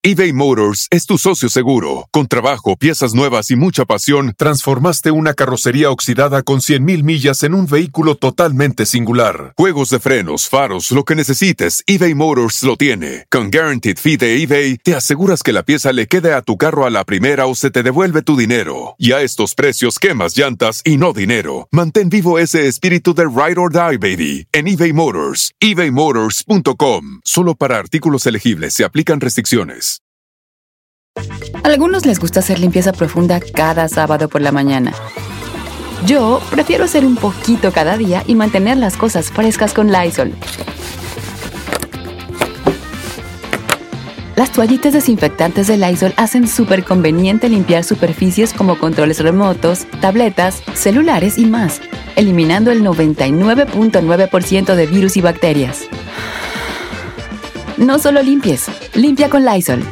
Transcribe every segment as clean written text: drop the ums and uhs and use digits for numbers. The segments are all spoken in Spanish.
eBay Motors es tu socio seguro. Con trabajo, piezas nuevas y mucha pasión, transformaste una carrocería oxidada con 100,000 millas en un vehículo totalmente singular. Juegos de frenos, faros, lo que necesites, eBay Motors lo tiene. Con Guaranteed Fee de eBay, te aseguras que la pieza le quede a tu carro a la primera o se te devuelve tu dinero. Y a estos precios, quemas llantas y no dinero. Mantén vivo ese espíritu de Ride or Die, baby, en eBay Motors. ebaymotors.com. Solo para artículos elegibles se aplican restricciones. A algunos les gusta hacer limpieza profunda cada sábado por la mañana. Yo prefiero hacer un poquito cada día y mantener las cosas frescas con Lysol. Las toallitas desinfectantes de Lysol hacen súper conveniente limpiar superficies como controles remotos, tabletas, celulares y más, eliminando el 99.9% de virus y bacterias. No solo limpies, limpia con Lysol.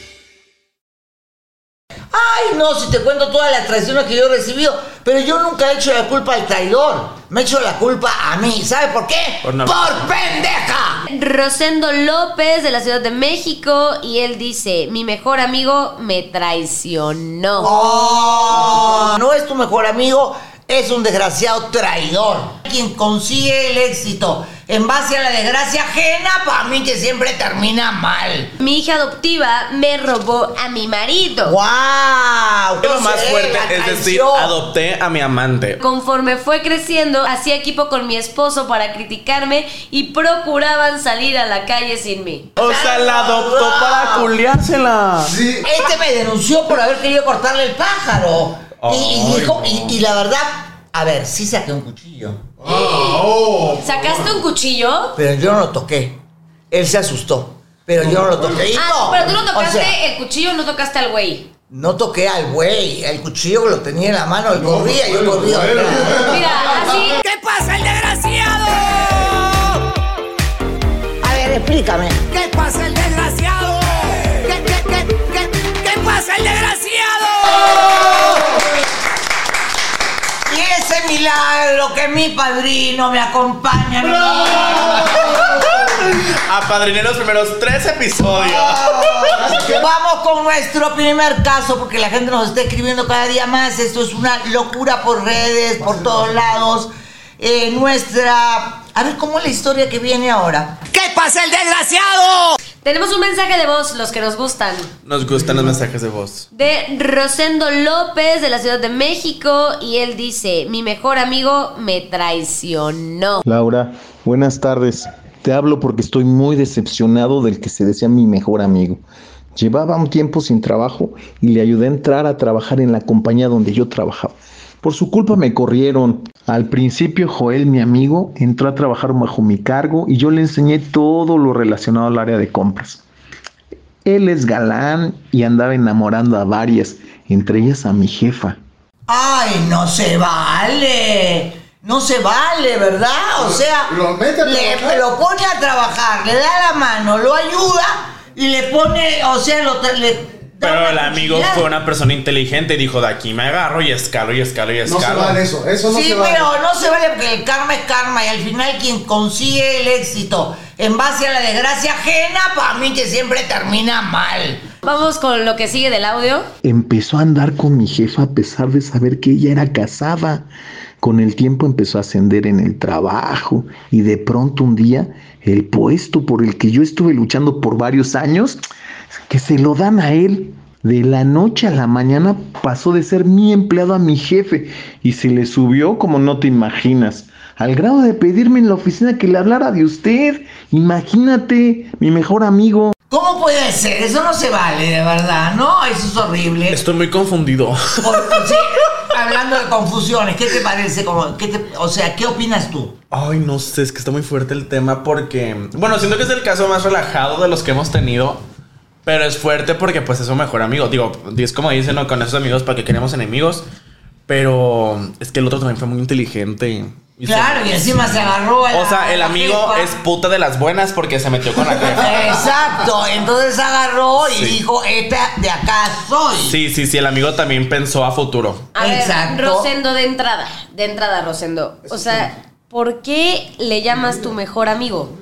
Ay, no, si te cuento todas las traiciones que yo he recibido, pero yo nunca he hecho la culpa al traidor. Me he hecho la culpa a mí. ¿Sabe por qué? ¡Por pendeja! Rosendo López, de la Ciudad de México, y él dice: mi mejor amigo me traicionó. Oh, no es tu mejor amigo, es un desgraciado traidor. Quien consigue el éxito en base a la desgracia ajena, para mí que siempre termina mal. Mi hija adoptiva me robó a mi marido. ¡Wow! Lo más fuerte es decir, adopté a mi amante. Conforme fue creciendo, hacía equipo con mi esposo para criticarme y procuraban salir a la calle sin mí. O sea, la adoptó para culiársela. Sí. Este me denunció por haber querido cortarle el pájaro. Y dijo, y la verdad, a ver, sí saqué un cuchillo. ¿Sacaste un cuchillo? Pero yo no lo toqué. Él se asustó, pero yo no lo toqué. Pero tú no tocaste el cuchillo, no tocaste al güey. No toqué al güey. El cuchillo lo tenía en la mano, él corría, yo corría. Mira, así. ¿Qué pasa, el desgraciado? A ver, explícame. ¿Qué pasa, el desgraciado? ¿Qué pasa, el desgraciado? Y ese milagro que mi padrino me acompaña. Apadriné los primeros 3 episodios. Vamos con nuestro primer caso, porque la gente nos está escribiendo cada día más. Esto es una locura por redes, por todos lados. A ver, ¿cómo es la historia que viene ahora? ¿Qué pasa, el desgraciado? Tenemos un mensaje de voz, los que nos gustan. Nos gustan los mensajes de voz. De Rosendo López, de la Ciudad de México, y él dice: mi mejor amigo me traicionó. Laura, buenas tardes. Te hablo porque estoy muy decepcionado del que se decía mi mejor amigo. Llevaba un tiempo sin trabajo y le ayudé a entrar a trabajar en la compañía donde yo trabajaba. Por su culpa me corrieron. Al principio Joel, mi amigo, entró a trabajar bajo mi cargo y yo le enseñé todo lo relacionado al área de compras. Él es galán y andaba enamorando a varias, entre ellas a mi jefa. ¡Ay, no se vale! No se vale, ¿verdad? O sea, lo pone a trabajar, le da la mano, lo ayuda y le pone, o sea, pero el amigo fue una persona inteligente y dijo: de aquí me agarro y escalo y escalo y escalo. No se vale eso no se vale. Sí, pero no se vale porque el karma es karma y al final quien consigue el éxito en base a la desgracia ajena, para mí que siempre termina mal. Vamos con lo que sigue del audio. Empezó a andar con mi jefa a pesar de saber que ella era casada. Con el tiempo empezó a ascender en el trabajo y de pronto un día el puesto por el que yo estuve luchando por varios años, que se lo dan a él. De la noche a la mañana pasó de ser mi empleado a mi jefe y se le subió como no te imaginas, al grado de pedirme en la oficina que le hablara de usted. Imagínate, mi mejor amigo. ¿Cómo puede ser? Eso no se vale, de verdad, ¿no? Eso es horrible. Estoy muy confundido. Sí, hablando de confusiones, ¿qué te parece? O sea, ¿qué opinas tú? Ay, no sé, es que está muy fuerte el tema porque... Bueno, siento que es el caso más relajado de los que hemos tenido. Pero es fuerte porque pues es un mejor amigo. Digo, es como dicen, ¿no? Con esos amigos, ¿para qué queremos enemigos? Pero es que el otro también fue muy inteligente. Claro, y encima se agarró a la, o sea, el amigo es puta de las buenas porque se metió con la jefa. Exacto, entonces agarró y dijo: esta de acá soy. Sí, el amigo también pensó a futuro. A ver, Rosendo, de entrada, Rosendo. O sea, ¿por qué le llamas tu mejor amigo?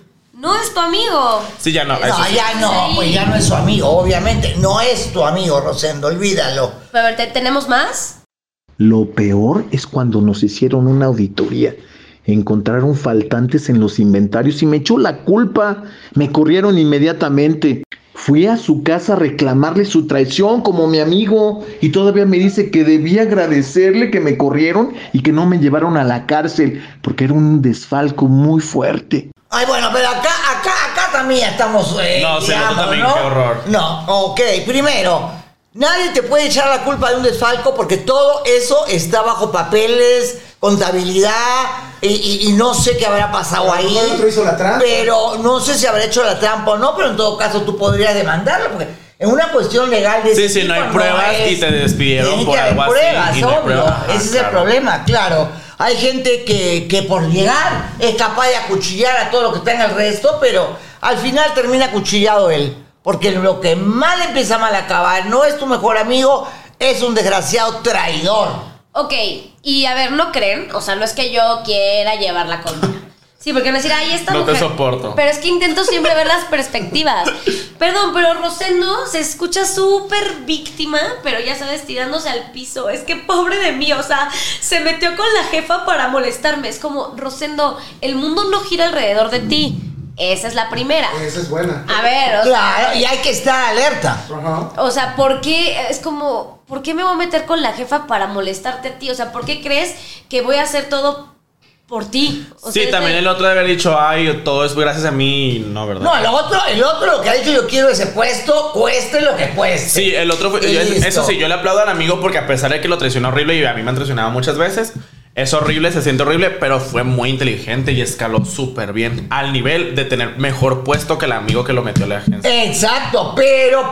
no es tu amigo. Sí, ya no. No, sí. ya no, pues ya no es su amigo, obviamente. No es tu amigo, Rosendo, olvídalo. Pero a ver, ¿tenemos más? Lo peor es cuando nos hicieron una auditoría. Encontraron faltantes en los inventarios y me echó la culpa. Me corrieron inmediatamente. Fui a su casa a reclamarle su traición como mi amigo y todavía me dice que debía agradecerle que me corrieron y que no me llevaron a la cárcel porque era un desfalco muy fuerte. Ay, bueno, pero acá también estamos... No, sí, digamos, también, ¿no? qué horror. No, ok, primero, nadie te puede echar la culpa de un desfalco porque todo eso está bajo papeles, contabilidad y no sé qué habrá pasado ahí. ¿El otro hizo la trampa? Pero no sé si habrá hecho la trampa o no, pero en todo caso tú podrías demandarlo porque en una cuestión legal de Sí, no hay pruebas y te despidieron por algo así. Pruebas, y no hay obvio. pruebas. Ajá, Ese es el problema, claro. Hay gente que por llegar es capaz de acuchillar a todo lo que está en el resto, pero al final termina acuchillado él. Porque lo que mal empieza mal acabar no es tu mejor amigo, es un desgraciado traidor. Ok, y a ver, ¿no creen? O sea, no es que yo quiera llevar la contra. Sí, porque no decir, ay, esta No mujer... te soporto. Pero es que intento siempre ver las perspectivas. Perdón, pero Rosendo se escucha súper víctima, pero ya sabes, tirándose al piso. Es que pobre de mí, o sea, se metió con la jefa para molestarme. Es como, Rosendo, el mundo no gira alrededor de ti. Esa es la primera. Esa es buena. A ver, o Claro, sea... y hay que estar alerta. Ajá. O sea, ¿por qué? Es como, ¿por qué me voy a meter con la jefa para molestarte a ti? O sea, ¿por qué crees que voy a hacer todo por ti? O Sí, sea, también el otro de haber dicho, ay, todo es gracias a mí, no, ¿verdad? No, el otro lo que ha dicho, yo quiero ese puesto, cueste lo que cueste. Sí, el otro fue, Y listo. eso sí, yo le aplaudo al amigo porque a pesar de que lo traicionó horrible y a mí me han traicionado muchas veces, es horrible, se siente horrible, pero fue muy inteligente y escaló súper bien al nivel de tener mejor puesto que el amigo que lo metió a la agencia. Exacto, pero,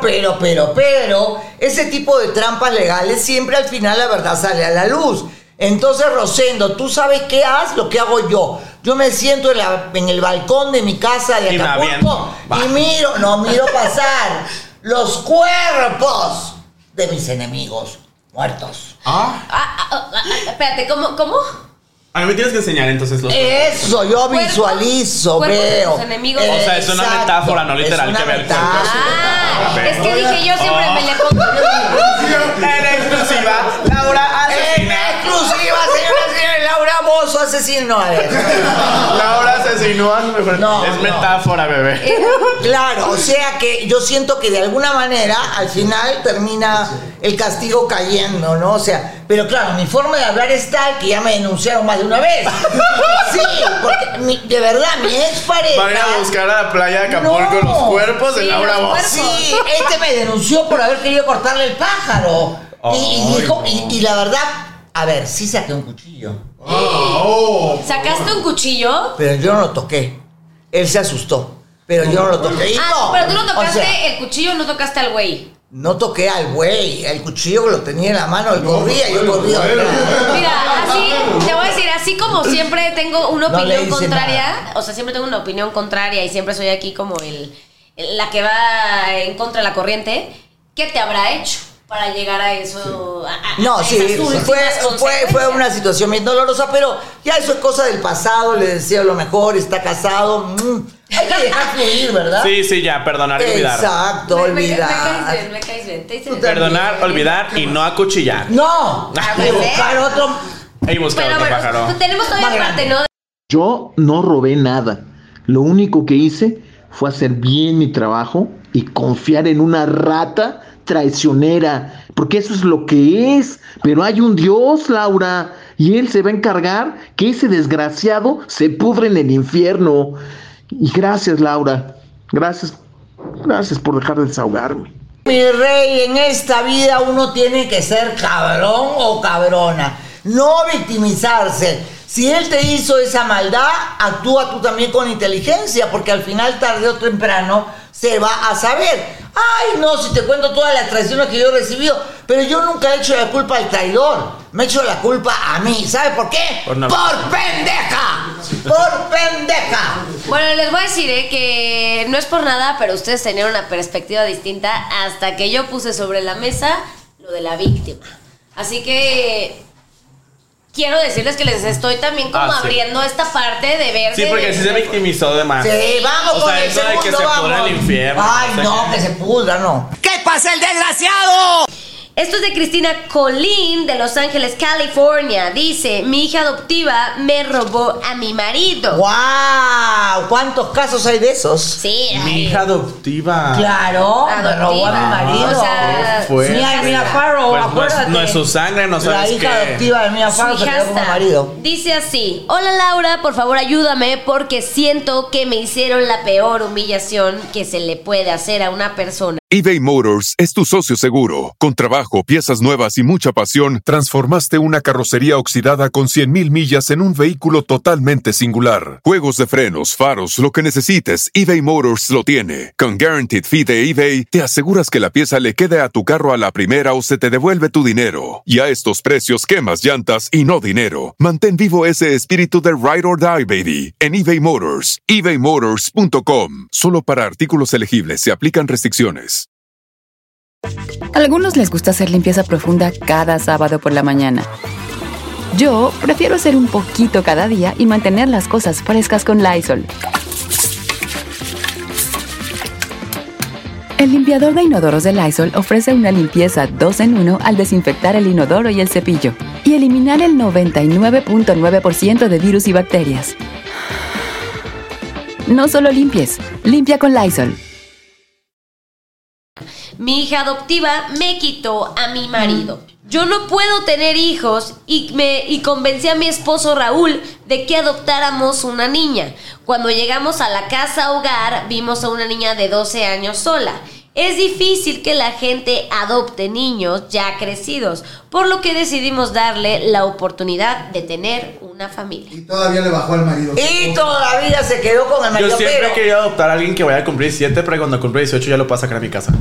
ese tipo de trampas legales siempre al final la verdad sale a la luz. Entonces, Rosendo, tú sabes qué haz lo que hago yo. Yo me siento en el balcón de mi casa de Y me Acapulco aviento. y miro pasar los cuerpos de mis enemigos muertos. Espérate, ¿cómo? A mí me tienes que enseñar entonces los... Eso, yo Cuerpos- visualizo, cuerpos de veo. tus enemigos. O sea, es una Exacto, metáfora, no literal, es una que ver cuerpos. Ah, Ve. es que dije, yo siempre me le pongo... En exclusiva, Laura En asesina. exclusiva, señoras y señores, Laura Bozo asesino. No, a ver. Laura asesinó a su mejor... No, es no. metáfora, bebé. Claro, o sea que yo siento que de alguna manera al final termina el castigo cayendo, ¿no? O sea, pero claro, mi forma de hablar es tal que ya me denunciaron más de una vez. Sí, porque de verdad, mi expareja... Van a ir a buscar a la playa de Acapulco No. los cuerpos de Sí, Laura los Bozo. cuerpos. Sí, me denunció por haber querido cortarle el pájaro. Y dijo, y la verdad, a ver, sí saqué un cuchillo, ¿Sacaste un cuchillo? pero yo no lo toqué. Él se asustó, pero yo no lo toqué. Y Ah, no, pero tú no o tocaste sea, el cuchillo, no tocaste al güey. no toqué al güey, el cuchillo lo tenía en la mano, él corría, yo corría. Mira, así, te voy a decir, así como siempre tengo una No le opinión hice contraria, nada. o sea, siempre tengo una opinión contraria y siempre soy aquí como la que va en contra de la corriente, ¿qué te habrá hecho para llegar a eso? No, a sí, esas últimas fue consecuencias? una situación bien dolorosa, pero ya eso es cosa del pasado, le deseo lo mejor, está casado. Hay que dejar fluir, ¿verdad? Sí, ya, perdonar y olvidar. Exacto, Me olvidar. caes bien. Te hice Tú bien. Perdonar, olvidar y no acuchillar. No, Ah, y pues, buscar otro. Y buscar Pero otro bueno, pájaro. tenemos todavía Más parte, grande. ¿no? Yo no robé nada. Lo único que hice fue hacer bien mi trabajo y confiar en una rata traicionera, porque eso es lo que es. Pero hay un Dios, Laura, y él se va a encargar que ese desgraciado se pudre en el infierno. Y gracias, Laura. Gracias por dejar de desahogarme. Mi rey, en esta vida uno tiene que ser cabrón o cabrona, no victimizarse. Si él te hizo esa maldad, actúa tú también con inteligencia, porque al final, tarde o temprano, se va a saber. Ay, no, si te cuento todas las traiciones que yo he recibido, pero yo nunca he hecho la culpa al traidor, me he hecho la culpa a mí. ¿Sabes por qué? Por no- ¡Por pendeja! ¡Por pendeja! Bueno, les voy a decir que no es por nada, pero ustedes tenían una perspectiva distinta hasta que yo puse sobre la mesa lo de la víctima. Así que quiero decirles que les estoy también como abriendo esta parte de ver. Sí, porque sí se victimizó de más. Sí, vamos con el eso de que se pudra el infierno. Ay, no, que se pudra, no. ¿Qué pasa, el desgraciado? Esto es de Cristina Colín de Los Ángeles, California. Dice, mi hija adoptiva me robó a mi marido. ¡Wow! ¿Cuántos casos hay de esos? Sí. Mi hija adoptiva. Claro, me robó a mi marido. O sea, Mira, Farrow, pues acuérdate. no es su sangre, no sabes qué. La hija adoptiva de Mia Farrow se quedó con mi marido. Dice así, hola Laura, por favor ayúdame porque siento que me hicieron la peor humillación que se le puede hacer a una persona. eBay Motors es tu socio seguro. Con trabajo, piezas nuevas y mucha pasión, transformaste una carrocería oxidada con 100,000 millas en un vehículo totalmente singular. Juegos de frenos, faros, lo que necesites, eBay Motors lo tiene. Con Guaranteed Fee de eBay, te aseguras que la pieza le quede a tu carro a la primera o se te devuelve tu dinero. Y a estos precios, quemas llantas y no dinero. Mantén vivo ese espíritu de Ride or Die, baby, en eBay Motors. ebaymotors.com. Solo para artículos elegibles se aplican restricciones. A algunos les gusta hacer limpieza profunda cada sábado por la mañana. Yo prefiero hacer un poquito cada día y mantener las cosas frescas con Lysol. El limpiador de inodoros de Lysol ofrece una limpieza 2 en 1 al desinfectar el inodoro y el cepillo y eliminar el 99.9% de virus y bacterias. No solo limpies, limpia con Lysol. Mi hija adoptiva me quitó a mi marido. Yo no puedo tener hijos y convencí a mi esposo Raúl de que adoptáramos una niña. Cuando llegamos a la casa hogar, vimos a una niña de 12 años sola. Es difícil que la gente adopte niños ya crecidos, por lo que decidimos darle la oportunidad de tener una familia. Y todavía le bajó al marido. Y todavía se quedó con el marido. Yo siempre he querido adoptar a alguien que vaya a cumplir 17, pero cuando cumple 18 ya lo puedo sacar a mi casa.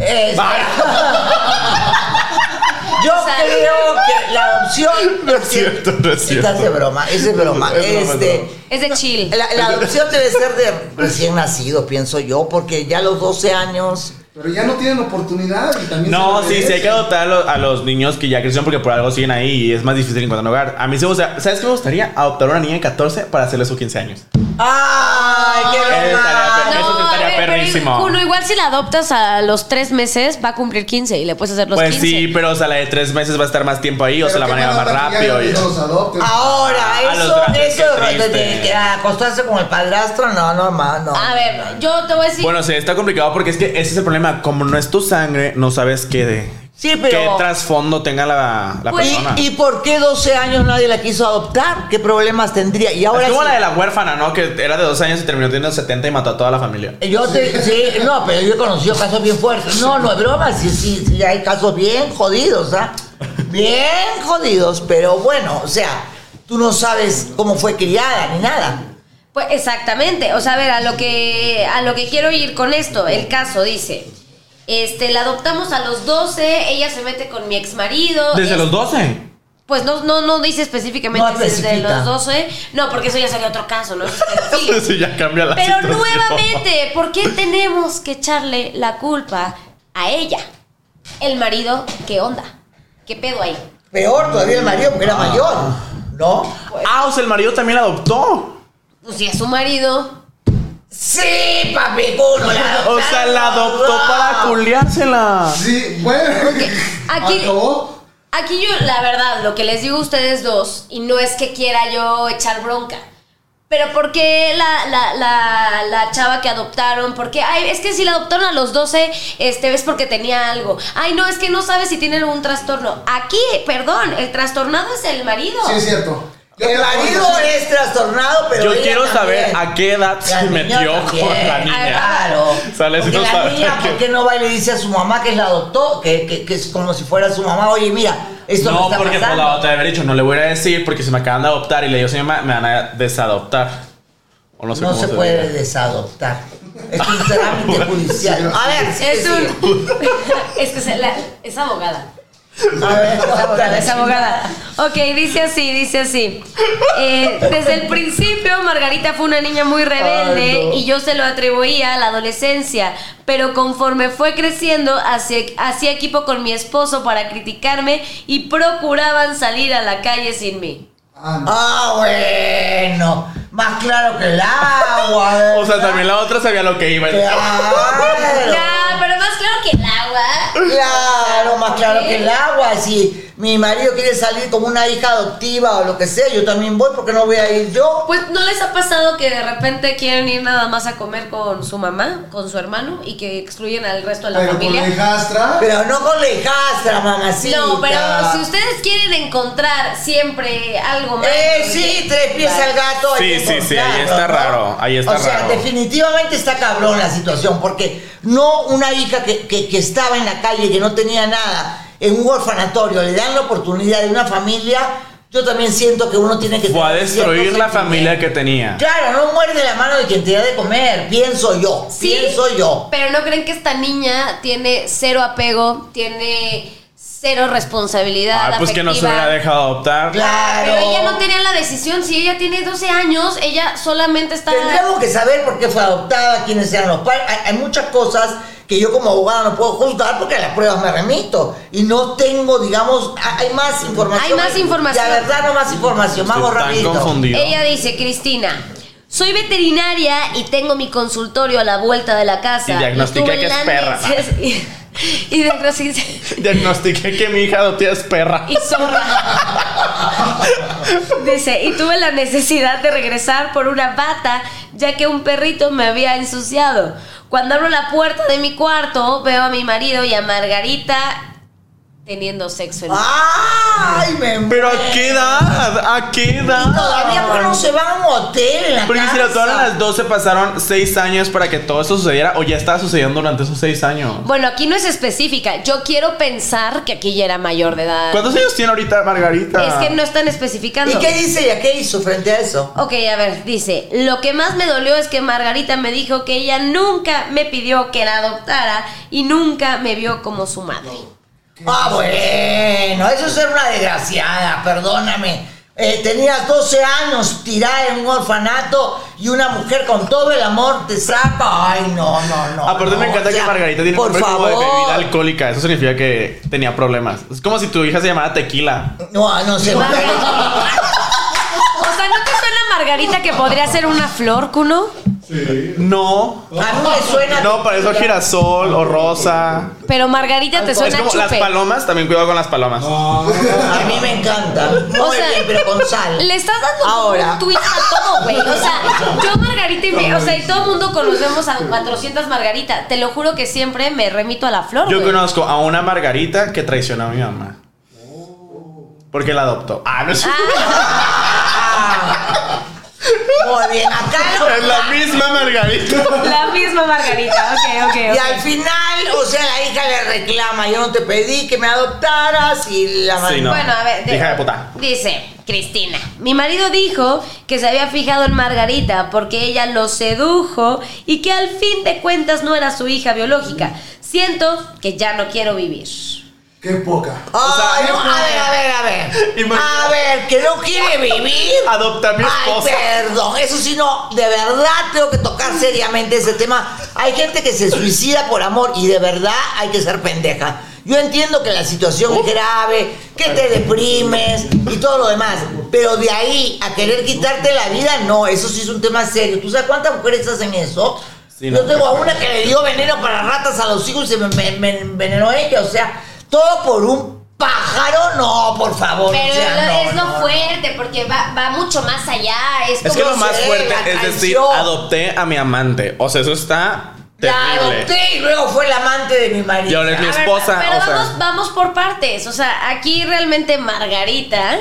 Yo creo que la adopción No es cierto, no es cierto. Esta es de broma, es de broma. Es de chill. La adopción debe ser de recién nacido, pienso yo, porque ya a los 12 años... Pero ya no tienen oportunidad y también No, sí, hay que adoptar a los niños que ya crecieron porque por algo siguen ahí y es más difícil encontrar un hogar. A mí sí me gusta, ¿sabes qué me gustaría? Adoptar a una niña de 14 para hacerle sus 15 años. ¡Ay, qué Eso estaría perrísimo. Uno, igual si la adoptas a los 3 meses, va a cumplir 15 y le puedes hacer los 15. Pues sí, pero o sea, la de 3 meses va a estar más tiempo ahí o se la van a llevar más rápido. Ahora, eso de acostarse con el padrastro, no. A ver, yo te voy a decir... Bueno, sí, está complicado porque es que ese es el problema. Como no es tu sangre, no sabes qué trasfondo tenga la persona. ¿Y por qué 12 años nadie la quiso adoptar? ¿Qué problemas tendría? Y ahora es como sí, la de la huérfana, ¿no? Que era de 12 años y terminó teniendo 70 y mató a toda la familia. pero yo he conocido casos bien fuertes. No es broma, sí, hay casos bien jodidos, ¿ah? Bien jodidos, pero bueno, o sea, tú no sabes cómo fue criada ni nada. Pues exactamente, o sea, a ver, a lo que quiero ir con esto, el caso dice, la adoptamos a los 12, ella se mete con mi exmarido. ¿Desde los 12? Pues no dice específicamente desde los 12, no, porque eso ya sería otro caso, ¿no? Eso ya cambia la Pero situación. nuevamente, ¿por qué tenemos que echarle la culpa a ella? El marido, ¿qué onda? ¿Qué pedo ahí? Peor todavía el marido, porque era mayor, ¿no? Pues, O sea, el marido también la adoptó. Pues si es su marido. Sí, papi, culo. O sea, la adoptó para culiársela. Sí, bueno. Aquí yo, la verdad, lo que les digo a ustedes dos, y no es que quiera yo echar bronca, pero ¿por qué la chava que adoptaron? Porque, es que si la adoptaron a los 12, es porque tenía algo. Ay, no, es que no sabes si tienen algún trastorno. Aquí, perdón, el trastornado es el marido. Sí, es cierto. El marido es trastornado, pero yo ella quiero también. saber a qué edad se metió con la niña. Claro. Sale, Porque no la sabe. niña, ¿por qué no va y le dice a su mamá que la adoptó? Que es como si fuera su mamá. Oye, mira, esto No, me está porque por pasando. la otra haber dicho, no le voy a decir porque si me acaban de adoptar y le digo, señor, me van a desadoptar. O no sé No cómo se puede desadoptar. Es un trámite judicial. A ver, Es que es abogada. A ver, Es abogada. Ok, dice así. Desde el principio, Margarita fue una niña muy rebelde y yo se lo atribuía a la adolescencia. Pero conforme fue creciendo, hacía equipo con mi esposo para criticarme y procuraban salir a la calle sin mí. Bueno. Más claro que el agua. ¿verdad? O sea, también la otra sabía lo que iba. Claro. No, pero más claro que el agua. Claro, más claro que el agua. Si mi marido quiere salir como una hija adoptiva o lo que sea, yo también voy, porque no voy a ir yo. Pues ¿no les ha pasado que de repente quieren ir nada más a comer con su mamá, con su hermano, y que excluyen al resto de la familia? Con la hijastra. Pero no con la hijastra, mamacita. No, pero si ustedes quieren encontrar siempre algo más. Sí, 3 pies al gato. Sí, ahí está raro. Ahí está raro. O sea, definitivamente está cabrón la situación, porque no una hija que estaba en la calle, que no tenía nada, en un orfanatorio, le dan la oportunidad de una familia. Yo también siento que uno tiene que... Fue a destruir la familia que tenía. Claro, no muerde la mano de quien te da de comer, pienso yo. Pero ¿no creen que esta niña tiene cero apego, tiene cero responsabilidad pues afectiva? que no se hubiera dejado adoptar. Claro. Pero ella no tenía la decisión. Si ella tiene 12 años, ella solamente está... Tendríamos que saber por qué fue adoptada, quiénes eran los padres. Hay muchas cosas que yo como abogada no puedo juzgar porque a las pruebas me remito. Y no tengo, digamos, hay más información. Hay más información. La verdad, no más información. Vamos rapidito. Ella dice, Cristina: soy veterinaria y tengo mi consultorio a la vuelta de la casa. Y diagnostiqué que es perra. Y diagnostiqué que mi hija adoptiva es perra. Y zorra. Dice, y tuve la necesidad de regresar por una bata, ya que un perrito me había ensuciado. Cuando abro la puerta de mi cuarto, veo a mi marido y a Margarita teniendo sexo en ¡Ay, me ¿Pero a qué edad? ¿A qué edad? Y todavía porque no se van a un hotel en la Porque casa. si la todas las 12 pasaron 6 años para que todo esto sucediera, o ya estaba sucediendo durante esos 6 años. Bueno, aquí no es específica. Yo quiero pensar que aquí ya era mayor de edad. ¿Cuántos años tiene ahorita Margarita? Es que no están especificando. ¿Y qué dice ella? ¿Qué hizo frente a eso? Ok, a ver, dice: lo que más me dolió es que Margarita me dijo que ella nunca me pidió que la adoptara y nunca me vio como su madre. Bueno, eso es ser una desgraciada, perdóname. Tenías 12 años tirada en un orfanato y una mujer con todo el amor te saca. Ay, no. Aparte me encanta que Margarita tiene un nombre como de bebida alcohólica. Eso significa que tenía problemas. Es como si tu hija se llamara Tequila. No sé. O sea, ¿no te suena Margarita que podría ser una flor, Kuno? Sí. No. A mí me suena. No, para eso girasol o rosa. Pero Margarita te suena es como chupe. las palomas, también cuidado con las palomas. A mí me encanta. Muy bien, pero con sal. Le estás dando ahora un twist a todo, güey. O sea, yo Margarita y todo el mundo conocemos a 400 Margarita. Te lo juro que siempre me remito a la flor. Yo güey. conozco a una Margarita que traicionó a mi mamá. Porque la adoptó. No es Muy bien, acá es la misma Margarita. La misma Margarita, ok. Y al final, o sea, la hija le reclama: yo no te pedí que me adoptaras. Y la Sí, no. Bueno, a ver, hija de puta. Dice Cristina: mi marido dijo que se había fijado en Margarita porque ella lo sedujo y que al fin de cuentas no era su hija biológica. Siento que ya no quiero vivir. Qué poca. Ay, no, a ver. Imagínate. A ver, que no quiere vivir. Adopta a mi esposa. Ay, perdón, eso sí, no, de verdad tengo que tocar seriamente ese tema. Hay gente que se suicida por amor y de verdad hay que ser pendeja. Yo entiendo que la situación es grave, que te deprimes y todo lo demás, pero de ahí a querer quitarte la vida, no, eso sí es un tema serio. ¿Tú sabes cuántas mujeres hacen eso? Sí, Yo no. tengo a una que le dio veneno para ratas a los hijos y se me envenenó ella, o sea, todo por un pájaro, no, por favor. Pero o sea, es lo fuerte, porque va mucho más allá. Es Es que como lo más se fuerte la es decir, traición. adopté a mi amante. O sea, eso está La terrible. adopté y luego fue el amante de mi marido. Y ahora es mi A ver, esposa. pero o sea, vamos por partes. O sea, aquí realmente Margarita.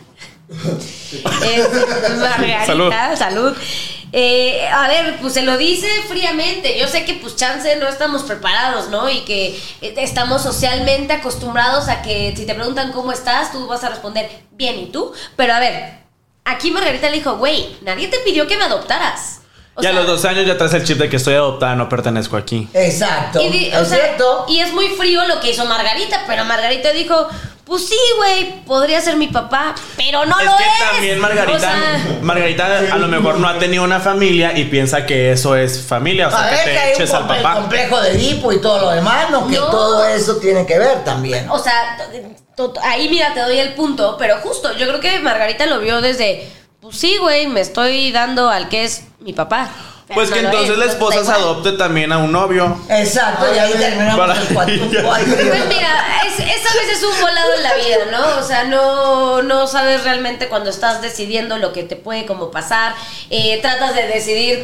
Margarita, salud. A ver, pues se lo dice fríamente. Yo sé que pues chance no estamos preparados, ¿no? Y que estamos socialmente acostumbrados a que si te preguntan cómo estás, tú vas a responder bien, ¿y tú? Pero a ver, aquí Margarita le dijo: güey, nadie te pidió que me adoptaras. O y a sea, los 2 años ya traes el chip de que estoy adoptada, no pertenezco aquí. Exacto. o sea, y es muy frío lo que hizo Margarita, pero Margarita dijo: pues sí, güey, podría ser mi papá, pero no lo es. Es que también Margarita a lo mejor no ha tenido una familia y piensa que eso es familia, o sea, que te eches al papá. El complejo de Edipo y todo lo demás, ¿no? Que todo eso tiene que ver también. O sea, ahí mira, te doy el punto, pero justo, yo creo que Margarita lo vio desde, pues sí, güey, me estoy dando al que es mi papá. Pues que entonces la esposa se adopte también a un novio. Exacto, y ahí terminamos el cuatro. Pues mira, esa vez es un volado en la vida, ¿no? O sea, no sabes realmente cuando estás decidiendo lo que te puede como pasar. Tratas de decidir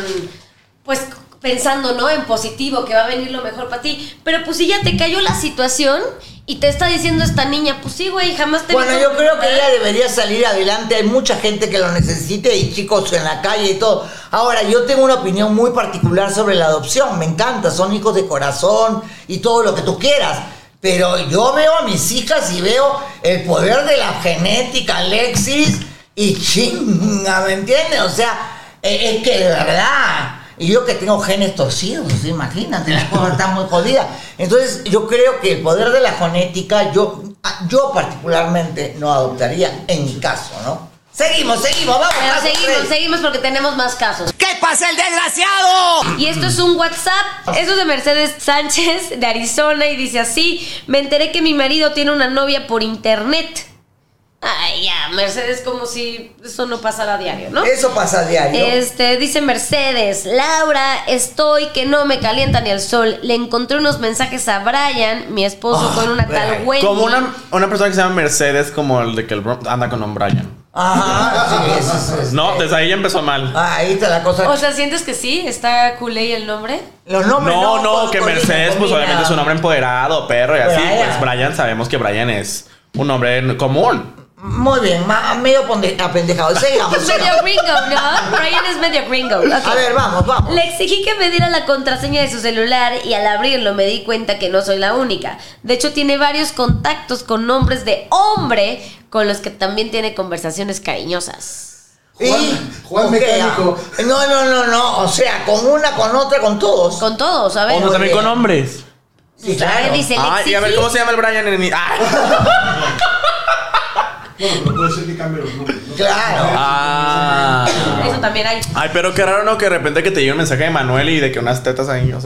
pues pensando, ¿no? En positivo, que va a venir lo mejor para ti. Pero pues si ya te cayó la situación y te está diciendo esta niña, pues sí, güey, jamás te... Bueno, yo creo que ella debería salir adelante. Hay mucha gente que lo necesite y chicos en la calle y todo. Ahora, yo tengo una opinión muy particular sobre la adopción. Me encanta, son hijos de corazón y todo lo que tú quieras. Pero yo veo a mis hijas y veo el poder de la genética, Alexis, y chinga, ¿me entiendes? O sea, es que de verdad... Y yo que tengo genes torcidos, imagínate, la cosa está muy jodida. Entonces, yo creo que el poder de la genética, yo particularmente no adoptaría en mi caso, ¿no? Seguimos, vamos. Seguimos porque tenemos más casos. ¿Qué pasa, el desgraciado? Y esto es un WhatsApp. Esto es de Mercedes Sánchez, de Arizona, y dice así: me enteré que mi marido tiene una novia por internet. Ay, ya, Mercedes, como si eso no pasara a diario, ¿no? Eso pasa a diario. Dice Mercedes: Laura, estoy que no me calienta ni el sol. Le encontré unos mensajes a Brian, mi esposo, con una tal Wendy. Como una persona que se llama Mercedes, como el de que anda con un Brian. Ajá, sí, eso. No, desde ahí ya empezó mal. Ahí está la cosa. O sea, ¿sientes que sí? ¿Está culé el nombre? Los nombres no, que Mercedes, pues obviamente es un hombre empoderado, perro y así. Pues Brian, sabemos que Brian es un hombre común. Muy bien, medio apendejado. Sigamos. Medio gringo, ¿no? Brian es medio gringo. Okay. A ver, vamos. Le exigí que me diera la contraseña de su celular y al abrirlo me di cuenta que no soy la única. De hecho, tiene varios contactos con nombres de hombre con los que también tiene conversaciones cariñosas. Juan Mecánico. No. O sea, con una, con otra, con todos. Con todos, a ver. O también con hombres. Sí, claro. Dice, y a ver, ¿cómo se llama el Brian en Bueno, pero puede ser que cambie los nombres, ¿no? Claro. Eso también hay. Ay, pero qué raro, ¿no? Que de repente que te llegue un mensaje de Manuel y de que unas tetas ahí, o sea.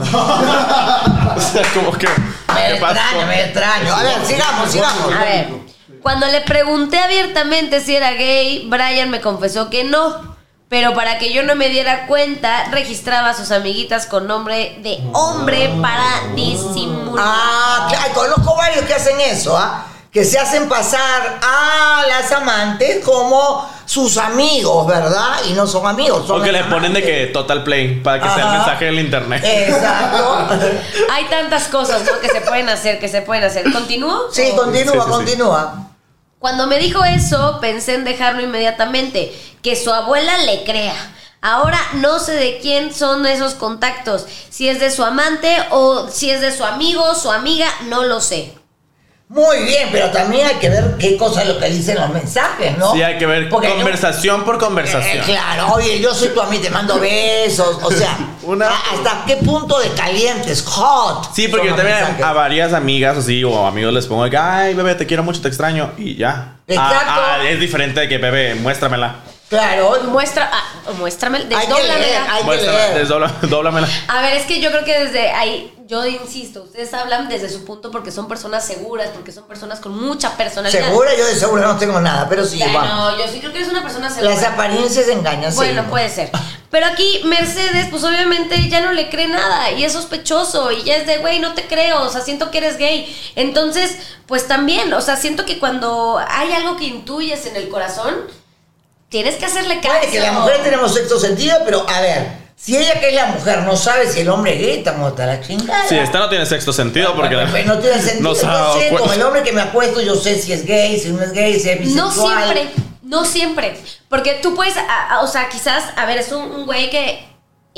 O sea, como que... Me extraño. A ver, sigamos. A ver, cuando le pregunté abiertamente si era gay, Brian me confesó que no. Pero para que yo no me diera cuenta, registraba a sus amiguitas con nombre de hombre para disimular. Claro, conozco varios que hacen eso, que se hacen pasar a las amantes como sus amigos, ¿verdad? Y no son amigos, son o que le amantes. ponen de que total play para que sea el mensaje del internet. Exacto. Hay tantas cosas, ¿no? que se pueden hacer. ¿Continúo? Sí, continúa. Cuando me dijo eso, pensé en dejarlo inmediatamente, que su abuela le crea. Ahora no sé de quién son esos contactos, si es de su amante o si es de su amigo, su amiga, no lo sé. Muy bien, pero también hay que ver qué cosa es lo que dicen los mensajes, ¿no? Sí, hay que ver conversación por conversación. Claro, oye, yo soy tu amigo, te mando besos, o sea, ¿hasta qué punto de calientes, hot? Sí, porque yo también a varias amigas así o amigos les pongo que, ay, bebé, te quiero mucho, te extraño, y ya. Exacto. Es diferente de que, bebé, muéstramela. Claro. Muéstrame, Desdóblamela. A ver, es que yo creo que desde ahí, yo insisto, ustedes hablan desde su punto porque son personas seguras, porque son personas con mucha personalidad. Segura, yo de segura no tengo nada, pero sí, no, yo sí creo que eres una persona segura. Las apariencias engañan. Bueno, puede ser. Pero aquí Mercedes, pues obviamente ya no le cree nada y es sospechoso y ya es de, güey, no te creo, o sea, siento que eres gay. Entonces, pues también, o sea, siento que cuando hay algo que intuyes en el corazón, tienes que hacerle caso. Puede que la mujer tenemos sexto sentido, pero a ver, si ella que es la mujer no sabe si el hombre es gay, estamos hasta la chingada. Sí, esta no tiene sexto sentido porque... no tiene sentido. No se ha dado Yo sé, cuenta. con el hombre que me acuesto, yo sé si es gay, si no es gay, si es bisexual. No siempre. Porque tú puedes, o sea, quizás, a ver, es un güey que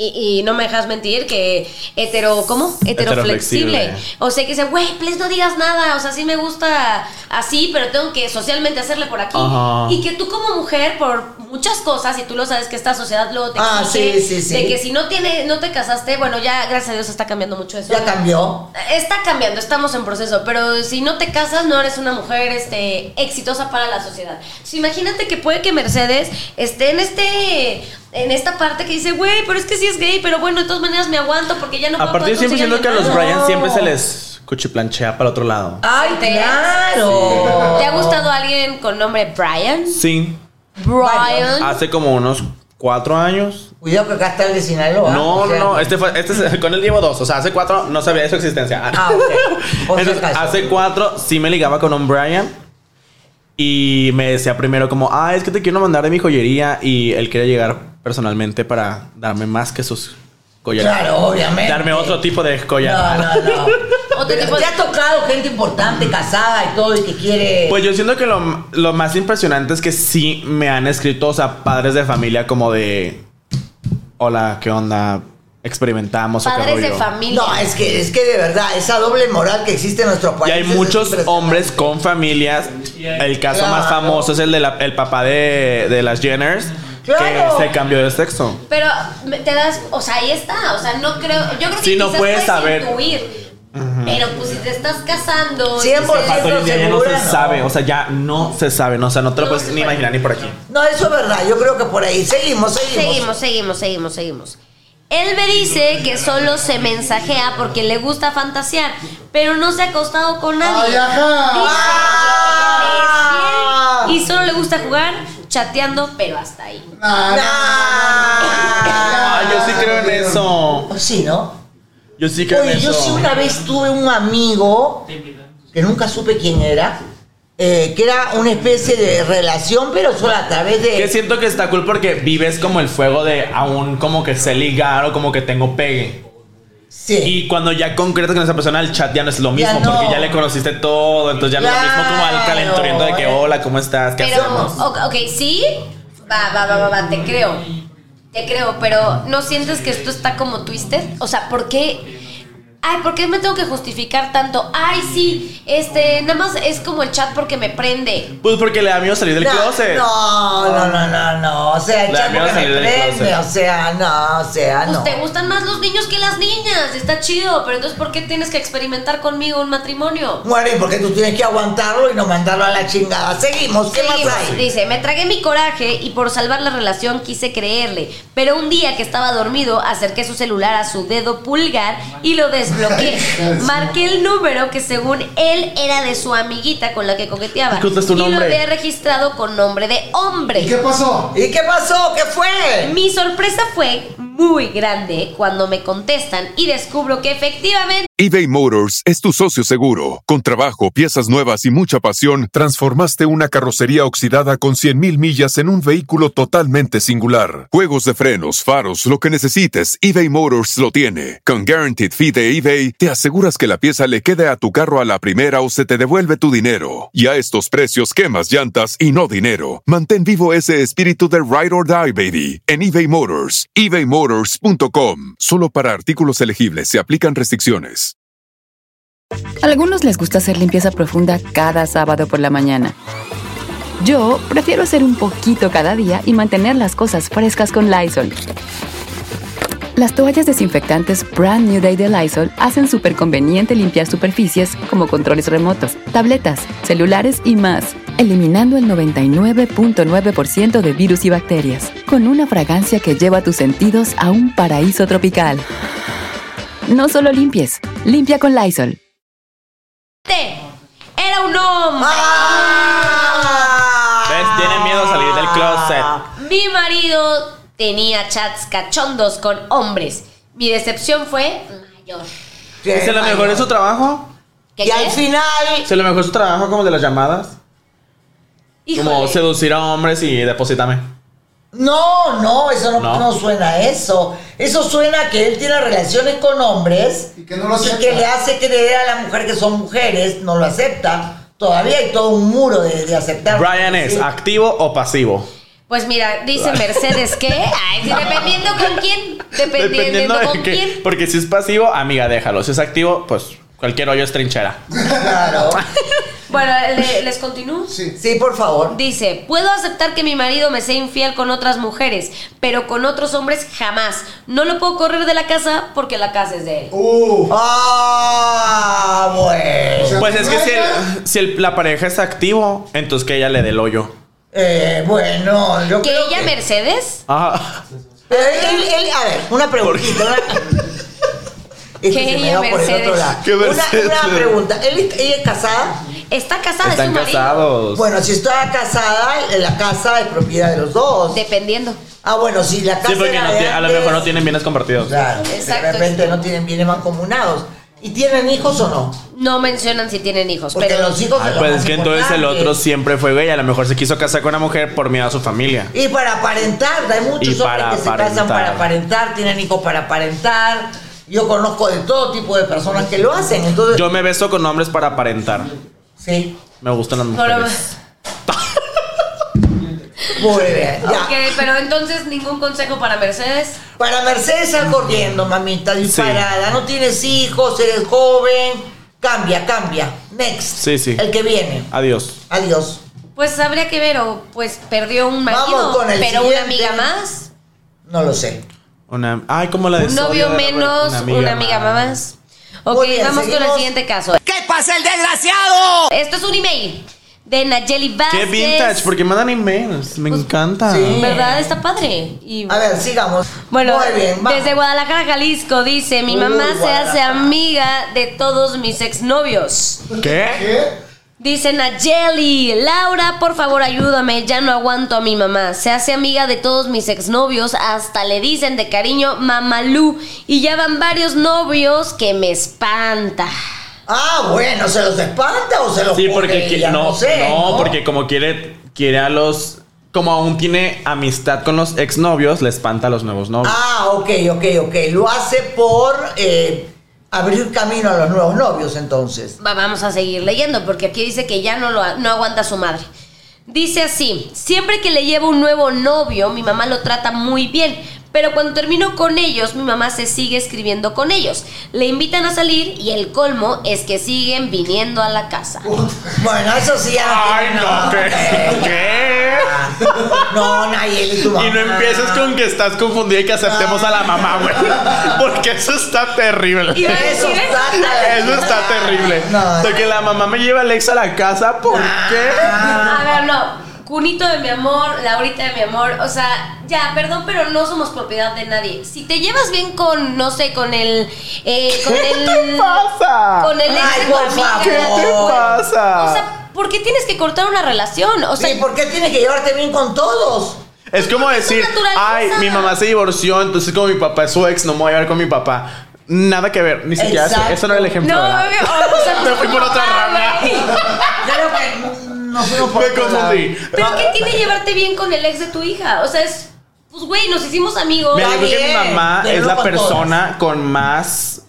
Y no me dejas mentir que heteroflexible. O sea, que dice, güey, please no digas nada. O sea, sí me gusta así, pero tengo que socialmente hacerle por aquí. Ajá. Y que tú como mujer, por muchas cosas, y tú lo sabes que esta sociedad luego te exige, sí. de que si no te casaste, bueno, ya gracias a Dios está cambiando mucho eso. ¿Ya cambió? Está cambiando, estamos en proceso. Pero si no te casas, no eres una mujer exitosa para la sociedad. Entonces, imagínate que puede que Mercedes esté en esta parte que dice, güey, pero es que sí es gay, pero bueno, de todas maneras me aguanto porque ya no puedo. Aparte, yo siempre siento que a los Brian siempre se les cuchiplanchea para el otro lado. ¡Ay, claro! ¿Te ha gustado alguien con nombre Brian? Sí. Brian. Hace como unos 4 años. Cuidado que acá está el de Sinaloa. No. Con él llevo 2. O sea, hace 4 no sabía de su existencia. Ok. Entonces, hace 4 sí me ligaba con un Brian. Y me decía primero como, es que te quiero mandar de mi joyería. Y él quería llegar personalmente para darme más que sus collares. Claro, obviamente. Darme otro tipo de collar. No. ¿Te ha tocado gente importante, casada y todo, y que quiere...? Pues yo siento que lo más impresionante es que sí me han escrito, o sea, padres de familia como de... Hola, ¿qué onda? Experimentamos. Padres de familia. No, es que de verdad, esa doble moral que existe en nuestro país. Y hay muchos hombres con familias. El caso más famoso es el el papá de las Jenners. Claro. Que se cambió de sexo. Pero te das, o sea, ahí está, o sea, no creo, yo creo que sí, no quizás puedes saber. Intuir, pero pues si te estás casando, 100% Hoy en día ya no se segura, sabe, o sea, ya no se sabe, no, o sea, no te lo puedes ni imaginar ni por aquí. No, eso es verdad, yo creo que por ahí. Seguimos. Él me dice que solo se mensajea porque le gusta fantasear, pero no se ha acostado con nadie. ¡Ay, ajá! Dice que es fiel y solo le gusta jugar chateando, pero hasta ahí. Yo sí creo en eso. Sí, ¿no? Yo sí creo en eso. Yo sí una vez tuve un amigo que nunca supe quién era. Que era una especie de relación, pero solo a través de... Que siento que está cool porque vives como el fuego de aún como que sé ligar o como que tengo pegue. Sí. Y cuando ya concretas con esa persona, el chat ya no es lo mismo porque ya le conociste todo. Entonces ya no es lo mismo como al calenturiento de que hola, ¿cómo estás? ¿Qué hacemos? Ok, sí, va, te creo, pero ¿no sientes que esto está como twisted? O sea, ¿por qué me tengo que justificar tanto? Sí, nada más es como el chat porque me prende. Pues porque le da miedo salir del closet. No. O sea, el chat porque me prende. O sea, no. Pues te gustan más los niños que las niñas. Está chido, pero entonces ¿por qué tienes que experimentar conmigo un matrimonio? Bueno, y porque tú tienes que aguantarlo y no mandarlo a la chingada. Seguimos, ¿qué más hay? Dice, me tragué mi coraje y por salvar la relación quise creerle. Pero un día que estaba dormido, acerqué su celular a su dedo pulgar y lo desbloqueé. Marqué el número que según él era de su amiguita con la que coqueteaba. ¿Qué es tu nombre? Y lo había registrado con nombre de hombre. ¿Y qué pasó? ¿Qué fue? Mi sorpresa fue muy grande cuando me contestan y descubro que efectivamente eBay Motors es tu socio seguro. Con trabajo, piezas nuevas y mucha pasión, transformaste una carrocería oxidada con 100,000 millas en un vehículo totalmente singular. Juegos de frenos, faros, lo que necesites, eBay Motors lo tiene. Con Guaranteed Fee de eBay, te aseguras que la pieza le quede a tu carro a la primera o se te devuelve tu dinero. Y a estos precios, quemas llantas y no dinero. Mantén vivo ese espíritu de Ride or Die, baby, en eBay Motors. ebaymotors.com. Solo para artículos elegibles se aplican restricciones. A algunos les gusta hacer limpieza profunda cada sábado por la mañana. Yo prefiero hacer un poquito cada día y mantener las cosas frescas con Lysol. Las toallas desinfectantes Brand New Day de Lysol hacen súper conveniente limpiar superficies como controles remotos, tabletas, celulares y más, eliminando el 99.9% de virus y bacterias, con una fragancia que lleva tus sentidos a un paraíso tropical. No solo limpies, limpia con Lysol. Era un hombre. ¿Ves? Tiene miedo a salir del closet. Mi marido tenía chats cachondos con hombres. Mi decepción fue mayor. ¿Y se le mejoró su trabajo? Y al final... ¿Se le mejoró su trabajo como de las llamadas? Híjole. Como seducir a hombres y deposítame. No, eso no suena a eso. Eso suena a que él tiene relaciones con hombres y que no lo acepta. Y que le hace creer a la mujer que son mujeres, no lo acepta. Todavía hay todo un muro de aceptar. Brian, ¿es activo o pasivo? Pues mira, dice Mercedes que... Ay, sí, dependiendo con quién. Dependiendo de con qué. quién. Porque si es pasivo, amiga, déjalo. Si es activo, pues cualquier hoyo es trinchera. Claro. Bueno, ¿les continúo? Sí, por favor. Dice, puedo aceptar que mi marido me sea infiel con otras mujeres, pero con otros hombres jamás. No lo puedo correr de la casa porque la casa es de él. Bueno. Pues es que la pareja es activo, entonces que ella le dé el hoyo. Bueno, yo ¿Que creo ella, Mercedes? Ajá. Pero él, a ver, una preguntita. Esto ¿Qué se me ella, va por el Mercedes? otro lado. ¿Qué Mercedes? Una pregunta. ¿Ella es casada? Está casada, Están es su marido. casados. Bueno, si está casada, la casa es propiedad de los dos. Dependiendo. Bueno, si la casa Sí, porque era de a lo antes, mejor no tienen bienes compartidos. Claro, Exacto. de repente no tienen bienes mancomunados. ¿Y tienen hijos o no? No mencionan si tienen hijos, Porque pero... los hijos son los Pues más es que entonces el importantes. otro siempre fue gay. A lo mejor se quiso casar con una mujer por miedo a su familia. Y para aparentar, hay muchos Y hombres para que se casan aparentar. para aparentar, tienen hijos para aparentar. Yo conozco de todo tipo de personas que lo hacen, entonces... Yo me beso con hombres para aparentar. Sí, Me gustan las Pero- mujeres. muy bien, ya. Ok, pero entonces ningún consejo para Mercedes. Para Mercedes sal corriendo, mamita, disparada. No tienes hijos, eres joven. Cambia. Next. Sí. El que viene. Adiós. Adiós. Pues habría que ver, o pues perdió un Vamos marido, con el pero una siguiente. amiga más. No lo sé. Ay, como la de Un Sonia novio de menos, Robert, una amiga más. Ok, Muy bien, vamos con el seguimos. siguiente caso. ¿Qué pasa el desgraciado? Esto es un email de Nayeli Vázquez. Qué vintage, porque mandan emails. Me encanta. sí. ¿Verdad? Está padre. Y A ver, sigamos. bueno, muy bien, vamos. desde Guadalajara, Jalisco, dice, mi Uy, mamá se hace Guadalajara. amiga de todos mis exnovios. ¿Qué? Dice Nayeli, Laura, por favor ayúdame, ya no aguanto a mi mamá. Se hace amiga de todos mis exnovios, hasta le dicen de cariño Mamalú. Y ya van varios novios que me espanta. Bueno, ¿se los espanta o se los Sí, coge porque ella? no, sé, no, porque como quiere a los. Como aún tiene amistad con los exnovios, le espanta a los nuevos novios. Ok. Lo hace por abrir camino a los nuevos novios, entonces. Vamos a seguir leyendo porque aquí dice que ya no aguanta a su madre. Dice así, siempre que le llevo un nuevo novio, mi mamá lo trata muy bien, pero cuando termino con ellos, mi mamá se sigue escribiendo con ellos. Le invitan a salir y el colmo es que siguen viniendo a la casa. Bueno, eso sí ya Ay, tiene no, nada que ver. ¿qué? No, Nayeli, tu mamá. Y no empieces con que estás confundida y que aceptemos a la mamá, güey. Porque eso está terrible. Iba a Eso decir Eso está terrible. No. De que la mamá me lleva al ex a la casa, ¿por qué? A ver, no. Cunito de mi amor, Laurita de mi amor, o sea, ya, perdón, pero no somos propiedad de nadie. Si te llevas bien con, no sé, con el... ¿Qué te pasa? Con el ex Ay, de tu por amiga. favor. ¿Qué te pasa? O sea, ¿por qué tienes que cortar una relación? O sea, ¿Y por qué tienes que llevarte bien con todos? Es como decir, naturaleza. ay, mi mamá se divorció, entonces como mi papá es su ex, no me voy a llevar con mi papá. Nada que ver, ni siquiera Exacto. eso no es el ejemplo. no, ¿verdad? o sea, Me fui por otra rama. Creo que nos fuimos por Me otro confundí. lado. ¿Pero qué tiene llevarte bien con el ex de tu hija? O sea, es... Pues, güey, nos hicimos amigos. Mira, yo creo que mi bien, mamá pero es no la con persona con más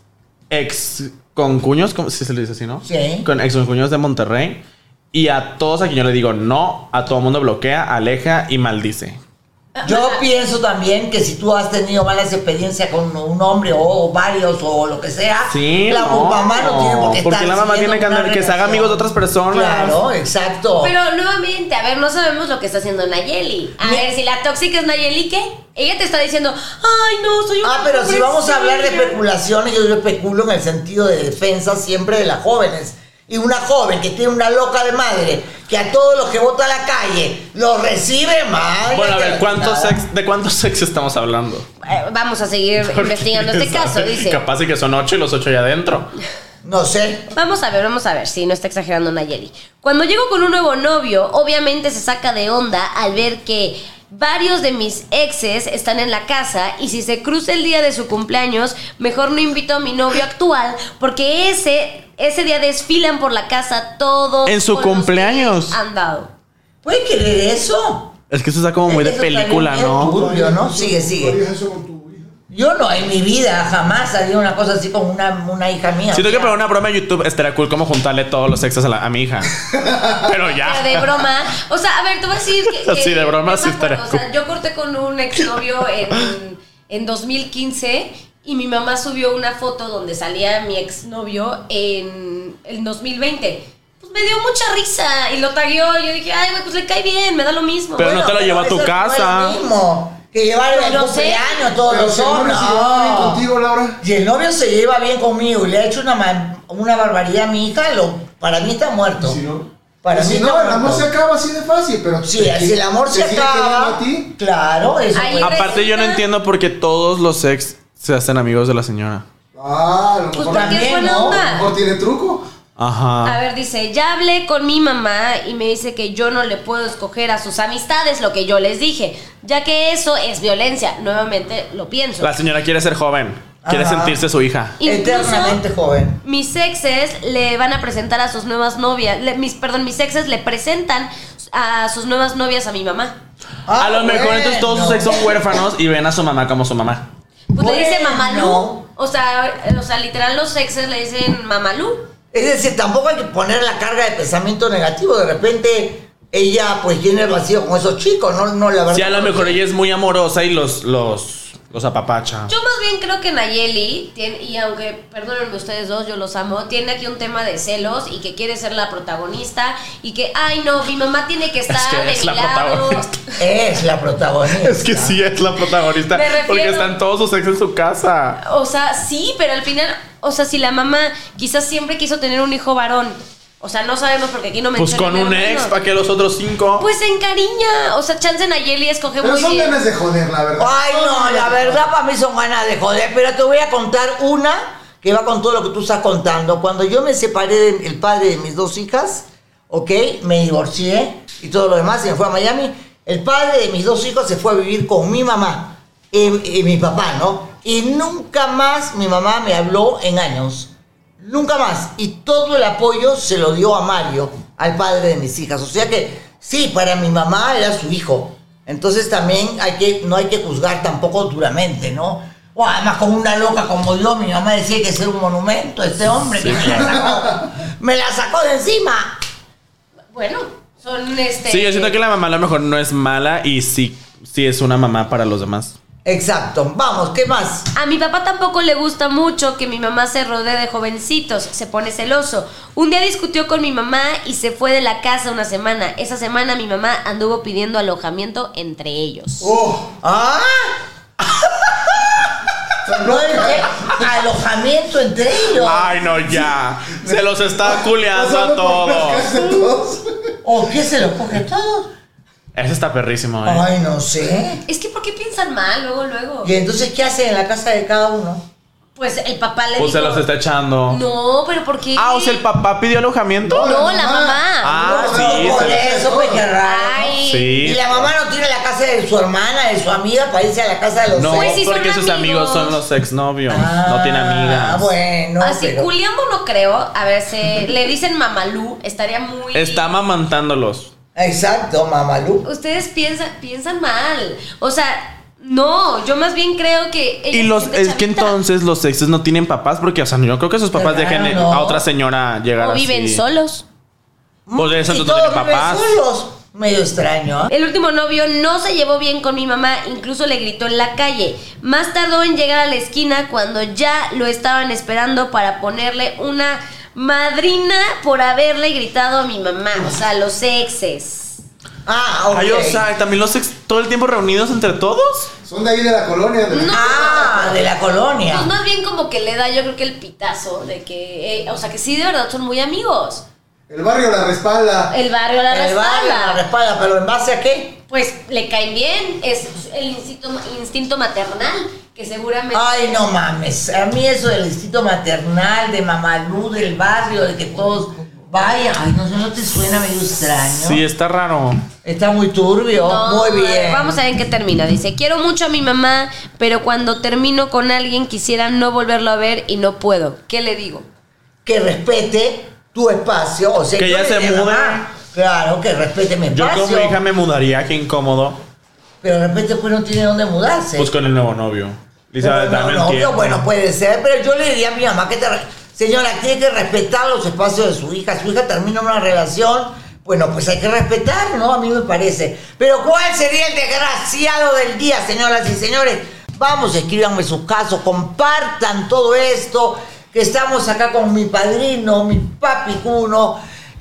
ex concuños, ¿cómo si se le dice así, no? Sí. Con ex concuños de Monterrey. Y a todos a quien yo le digo no, a todo mundo bloquea, aleja y maldice. Yo pienso también que si tú has tenido malas experiencias con un hombre o varios o lo que sea, Sí, la no. mamá no tiene por qué Porque estar la mamá tiene que siguiendo andar, una que se haga relación. amigos de otras personas. Claro, exacto. Pero nuevamente, a ver, no sabemos lo que está haciendo Nayeli. A ver, si la tóxica es Nayeli, ¿qué? Ella te está diciendo, ay, no, soy una Pero si vamos a hablar de pobrecilla". especulaciones, yo especulo en el sentido de defensa siempre de las jóvenes. Y una joven que tiene una loca de madre, que a todos los que vota a la calle los recibe mal. Bueno, a ver, ¿de cuántos sex estamos hablando? Vamos a seguir investigando este caso, dice. Capaz de que son 8 y los 8 allá adentro. No sé. Vamos a ver si no está exagerando Nayeli. Cuando llego con un nuevo novio, obviamente se saca de onda al ver que varios de mis exes están en la casa y si se cruza el día de su cumpleaños, mejor no invito a mi novio actual porque ese día desfilan por la casa todos. ¿En su con los que cumpleaños? Han dado. ¿Puedes creer eso? Es que eso está como muy de Eso está película, bien ¿no? turbio, ¿no? Sigue. ¿Tú harías eso con tu hija? Yo no, en mi vida jamás haría una cosa así con una hija mía. Siento que para una broma en YouTube estaría cool como juntarle todos los exes a mi hija. Pero ya. Pero de broma. O sea, a ver, te voy a decir que Sí, de broma sí estaría cool. O sea, yo corté con un exnovio en 2015 y mi mamá subió una foto donde salía mi exnovio en el 2020. Pues me dio mucha risa y lo tagueó. Yo dije, ay, güey, pues le cae bien, me da lo mismo. Pero no te lo llevó a tu casa. No es lo mismo que llevar el cumpleaños todos los hombres. ¿Se lleva bien contigo, Laura? Si el novio se lleva bien conmigo y le ha hecho una barbaridad a mi hija, para mí está muerto. Si no, para mí el amor se acaba así de fácil, pero sí, si el amor se acaba, a ti, claro, eso. Aparte yo no entiendo por qué todos los ex se hacen amigos de la señora. a lo Pues mejor porque es buena ¿no? a lo onda. mejor tiene truco. Ajá. A ver, dice, ya hablé con mi mamá y me dice que yo no le puedo escoger a sus amistades lo que yo les dije, ya que eso es violencia. Nuevamente lo pienso. La señora quiere ser joven. Quiere Ajá. sentirse su hija. Eternamente joven. Mis exes le van a presentar a sus nuevas novias. Mis exes le presentan a sus nuevas novias a mi mamá. A lo mejor entonces todos sus ex son huérfanos y ven a su mamá como su mamá. Pues le dice Bueno. Mamalú. O sea, literal los exes le dicen Mamalú. Es decir, tampoco hay que poner la carga de pensamiento negativo. De repente ella pues tiene el vacío con esos chicos, no la verdad. Sí, a lo mejor ella es muy amorosa y los apapacha. Yo más bien creo que Nayeli tiene, y aunque perdónenme ustedes dos, yo los amo, tiene aquí un tema de celos y que quiere ser la protagonista y que, ay no, mi mamá tiene que estar que de es mi la lado. protagonista. Es la protagonista. Es que sí es la protagonista. Me refiero- Porque están todos sus ex en su casa. O sea, sí, pero al final, o sea, si la mamá quizás siempre quiso tener un hijo varón, o sea, no sabemos porque aquí no me Pues con un ex, ¿para qué los otros 5? Pues se encariña, o sea, chance Nayeli escoge Pero muy son bien. ganas de joder, la verdad. Ay, no, la verdad para mí son ganas de joder. Pero te voy a contar una que va con todo lo que tú estás contando. Cuando yo me separé del padre de mis 2 hijas, ¿ok? Me divorcié y todo lo demás y me fui a Miami. El padre de mis 2 hijos se fue a vivir con mi mamá y mi papá, ¿no? Y nunca más mi mamá me habló en años. Nunca más. Y todo el apoyo se lo dio a Mario, al padre de mis hijas. O sea que, sí, para mi mamá era su hijo. Entonces también no hay que juzgar tampoco duramente, ¿no? O además con una loca como yo, mi mamá decía que ser un monumento, ese hombre Sí, que me la sacó de encima. Bueno, son Sí, yo siento que la mamá a lo mejor no es mala y sí es una mamá para los demás. Exacto. Vamos, ¿qué más? A mi papá tampoco le gusta mucho que mi mamá se rodee de jovencitos, se pone celoso. Un día discutió con mi mamá y se fue de la casa una semana. Esa semana mi mamá anduvo pidiendo alojamiento entre ellos. ¡Ah! No hay alojamiento entre ellos. Ay, no, ya. Se los está culeando a todos. ¿O qué se los coge todos? Ese está perrísimo, Ay, no sé. Es que ¿por qué piensan mal luego? Y entonces, ¿qué hacen en la casa de cada uno? Pues el papá le Pues dijo... se los está echando. No, pero ¿por qué? Ah, o sea, el papá pidió alojamiento. No, la mamá. Ah, No, sí. por se- eso, pues qué raro. Ay. Sí. Y la mamá no tiene la casa de su hermana, de su amiga, para irse a la casa de los No, Pues sí, son porque sus amigos amigos. son los exnovios. No tiene amigas. Bueno, Así, pero... culiando no creo. A ver, le dicen mamalú, estaría muy... Está amamantándolos. Exacto, mamalú. Ustedes piensan mal. O sea, no, yo más bien creo que... ella Y se los siente es que chavita. entonces los exes no tienen papás porque, o sea, yo creo que sus papás Qué dejen raro, ¿no? a otra señora llegar O así. viven solos. Pues eso Y no todos tienen viven papás. solos. Medio extraño, ¿eh? El último novio no se llevó bien con mi mamá, incluso le gritó en la calle. Más tardó en llegar a la esquina cuando ya lo estaban esperando para ponerle una madrina por haberle gritado a mi mamá. O sea, los exes. Ah, ok. Ay, o sea, también los ex todo el tiempo reunidos entre todos. Son de ahí de la colonia. De la... No. Ah, de la colonia. Pues más bien como que le da, yo creo que el pitazo de que, o sea, que sí de verdad son muy amigos. El barrio la respalda. El barrio la El barrio la respalda. respalda, pero ¿en base a qué? Pues le caen bien, es el instinto maternal, que seguramente... Ay, no mames. A mí eso del instinto maternal, de mamalú, del barrio, de que todos vayan. Ay, no te suena medio extraño. Sí, está raro. Está muy turbio. No, muy bien. Vamos a ver en qué termina. Dice, quiero mucho a mi mamá, pero cuando termino con alguien quisiera no volverlo a ver y no puedo. ¿Qué le digo? Que respete tu espacio. O sea, Que yo ella le se diría, mude. mamá, claro, que respete mi Yo espacio. como hija me mudaría, qué incómodo. Pero de repente pues no tiene dónde mudarse. Pues con el nuevo novio. Lisa, dame el tiempo. Bueno, puede ser, pero yo le diría a mi mamá que señora, tiene que respetar los espacios de su hija. Su hija termina una relación, bueno, pues hay que respetar, ¿no? A mí me parece. Pero ¿cuál sería el desgraciado del día, señoras y señores? Vamos, escríbanme sus casos, compartan todo esto, que estamos acá con mi padrino, mi papi Cuno,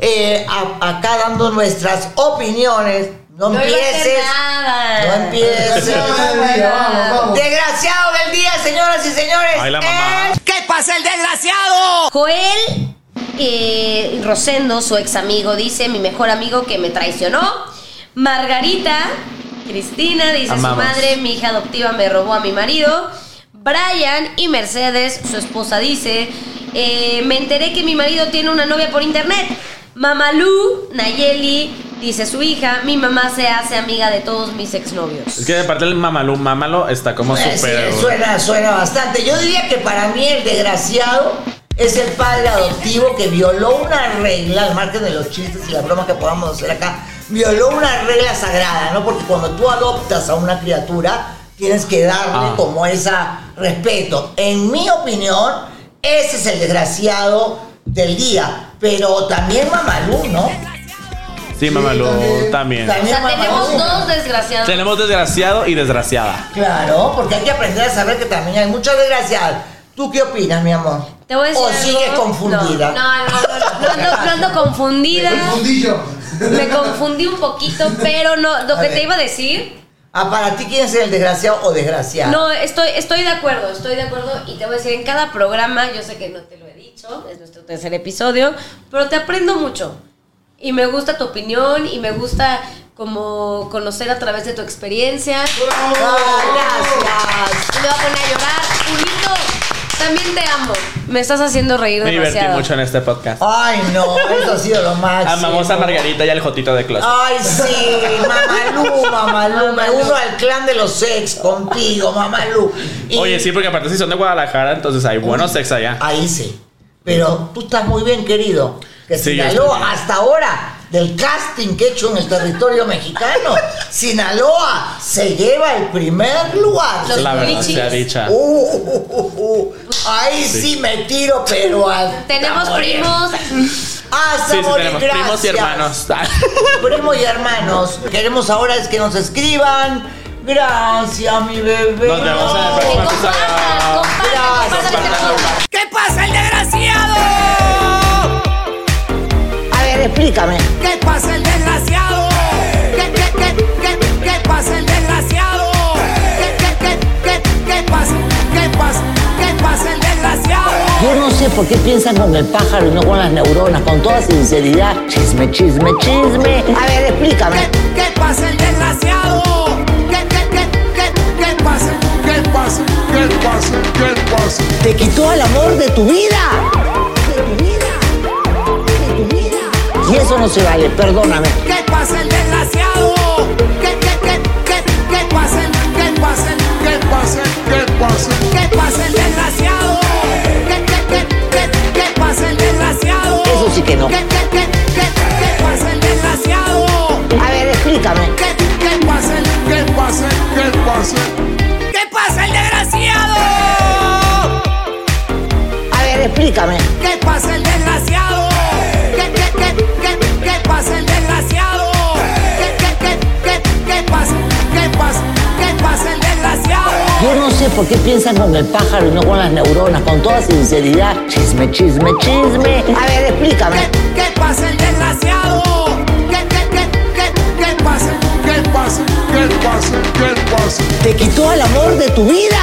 acá dando nuestras opiniones. No empieces. No empieces. Vamos. Desgraciado del día, señoras y señores. Ay, la mamá. ¿Qué pasa el desgraciado? Joel Rosendo, su ex amigo, dice: mi mejor amigo que me traicionó. Margarita Cristina dice: Amamos. su madre, mi hija adoptiva, me robó a mi marido. Brian y Mercedes, su esposa, dice: me enteré que mi marido tiene una novia por internet. Mamalú Nayeli dice su hija: mi mamá se hace amiga de todos mis exnovios. Es que de parte del Mámalo está como súper... Sí, suena bastante. Yo diría que para mí el desgraciado es el padre adoptivo que violó una regla, al margen de los chistes y las bromas que podamos hacer acá, violó una regla sagrada, ¿no? Porque cuando tú adoptas a una criatura, tienes que darle como ese respeto. En mi opinión, ese es el desgraciado del día. Pero también Mamalú, ¿no? Sí, Mamalú también. O sea, tenemos dos desgraciados. Tenemos desgraciado y desgraciada. Claro, porque hay que aprender a saber que también hay muchos desgraciados. ¿Tú qué opinas, mi amor? Te voy a decir ¿O algo. sigues confundida? No ando confundida. El fundillo. Me confundí un poquito, pero no, lo que te iba a decir. Para ti, ¿quién es el desgraciado o desgraciada? No, estoy de acuerdo y te voy a decir, en cada programa, yo sé que no te lo he dicho, es nuestro tercer episodio, pero te aprendo mucho y me gusta tu opinión y me gusta como conocer a través de tu experiencia. Gracias. Me voy a poner a llorar. Julito, también te amo. Me estás haciendo reír Me divertí demasiado. mucho en este podcast. Ay, no, eso ha sido lo máximo. Amamos a Margarita y al Jotito de Closet. Ay, sí, Mamalú, me uno al clan de los sex contigo, Mamalú. Y Oye, sí, porque aparte si son de Guadalajara, entonces hay buenos sex allá. ahí sí. Pero tú estás muy bien, querido. Que Sí, yo Sinaloa, estoy bien. hasta ahora, del casting que he hecho en el territorio mexicano, Sinaloa se lleva el primer lugar. Los La verdad culichis. sea dicha. Ahí sí me tiro, pero Tenemos primos. Hasta Sí, sí, morir, tenemos primos y gracias. hermanos. Primos y hermanos. Queremos ahora es que nos escriban. Gracias, mi bebé. Nos vemos en el Que próximo compartan este podcast. ¿Qué pasa el desgraciado? A ver, explícame. ¿Qué pasa el desgraciado? ¿Qué pasa el desgraciado? ¿Qué pasa? ¿Qué pasa el desgraciado? Yo no sé por qué piensan con el pájaro y no con las neuronas, con toda sinceridad. Chisme, chisme, chisme. A ver, explícame. ¿Qué pasa el desgraciado? ¿Qué pasa? ¿Qué pasa? ¿Qué pasa? ¿Qué pasa? Te quitó el amor de tu vida. Y eso no se vale, perdóname. ¿Qué pasa el desgraciado? ¿Qué pasa? ¿Qué pasa? ¿Qué pasa? ¿Qué pasa? ¿Qué pasa el desgraciado? ¿Qué pasa el desgraciado? Eso sí que no. ¿Qué pasa el desgraciado? A ver, explícame. ¿Qué pasa? ¿Qué pasa? ¿Qué pasa? ¿Qué pasa el desgraciado? A ver, explícame. ¿Qué pasa el desgraciado? ¿Qué pasa el desgraciado? ¿Qué pasa? ¿Qué pasa? ¿Qué pasa el desgraciado? Yo no sé por qué piensan con el pájaro y no con las neuronas, con toda sinceridad. Chisme, chisme, chisme. A ver, explícame. ¿Qué pasa el desgraciado? ¿Qué pasa? ¿Qué pasa? ¿Qué pasa? ¿Qué pasa? Te quitó el amor de tu vida.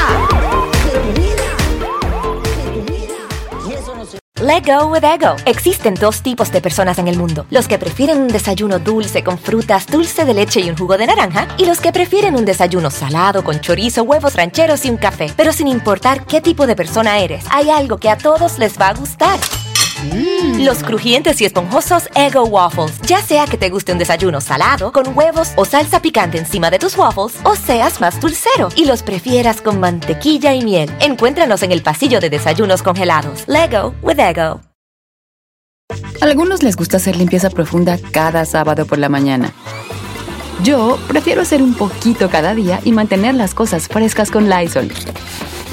Y eso no se... Let go with ego. Existen dos tipos de personas en el mundo. Los que prefieren un desayuno dulce con frutas, dulce de leche y un jugo de naranja. Y los que prefieren un desayuno salado con chorizo, huevos rancheros y un café. Pero sin importar qué tipo de persona eres, hay algo que a todos les va a gustar. Los crujientes y esponjosos Eggo Waffles. Ya sea que te guste un desayuno salado, con huevos o salsa picante encima de tus waffles, o seas más dulcero y los prefieras con mantequilla y miel. Encuéntranos en el pasillo de desayunos congelados. Lego with Eggo. A algunos les gusta hacer limpieza profunda cada sábado por la mañana. Yo prefiero hacer un poquito cada día y mantener las cosas frescas con Lysol.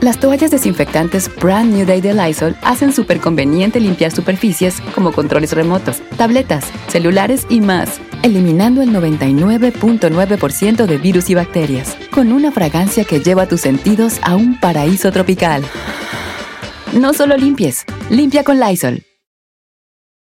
Las toallas desinfectantes Brand New Day de Lysol hacen súper conveniente limpiar superficies como controles remotos, tabletas, celulares y más, eliminando el 99.9% de virus y bacterias, con una fragancia que lleva tus sentidos a un paraíso tropical. No solo limpies, limpia con Lysol.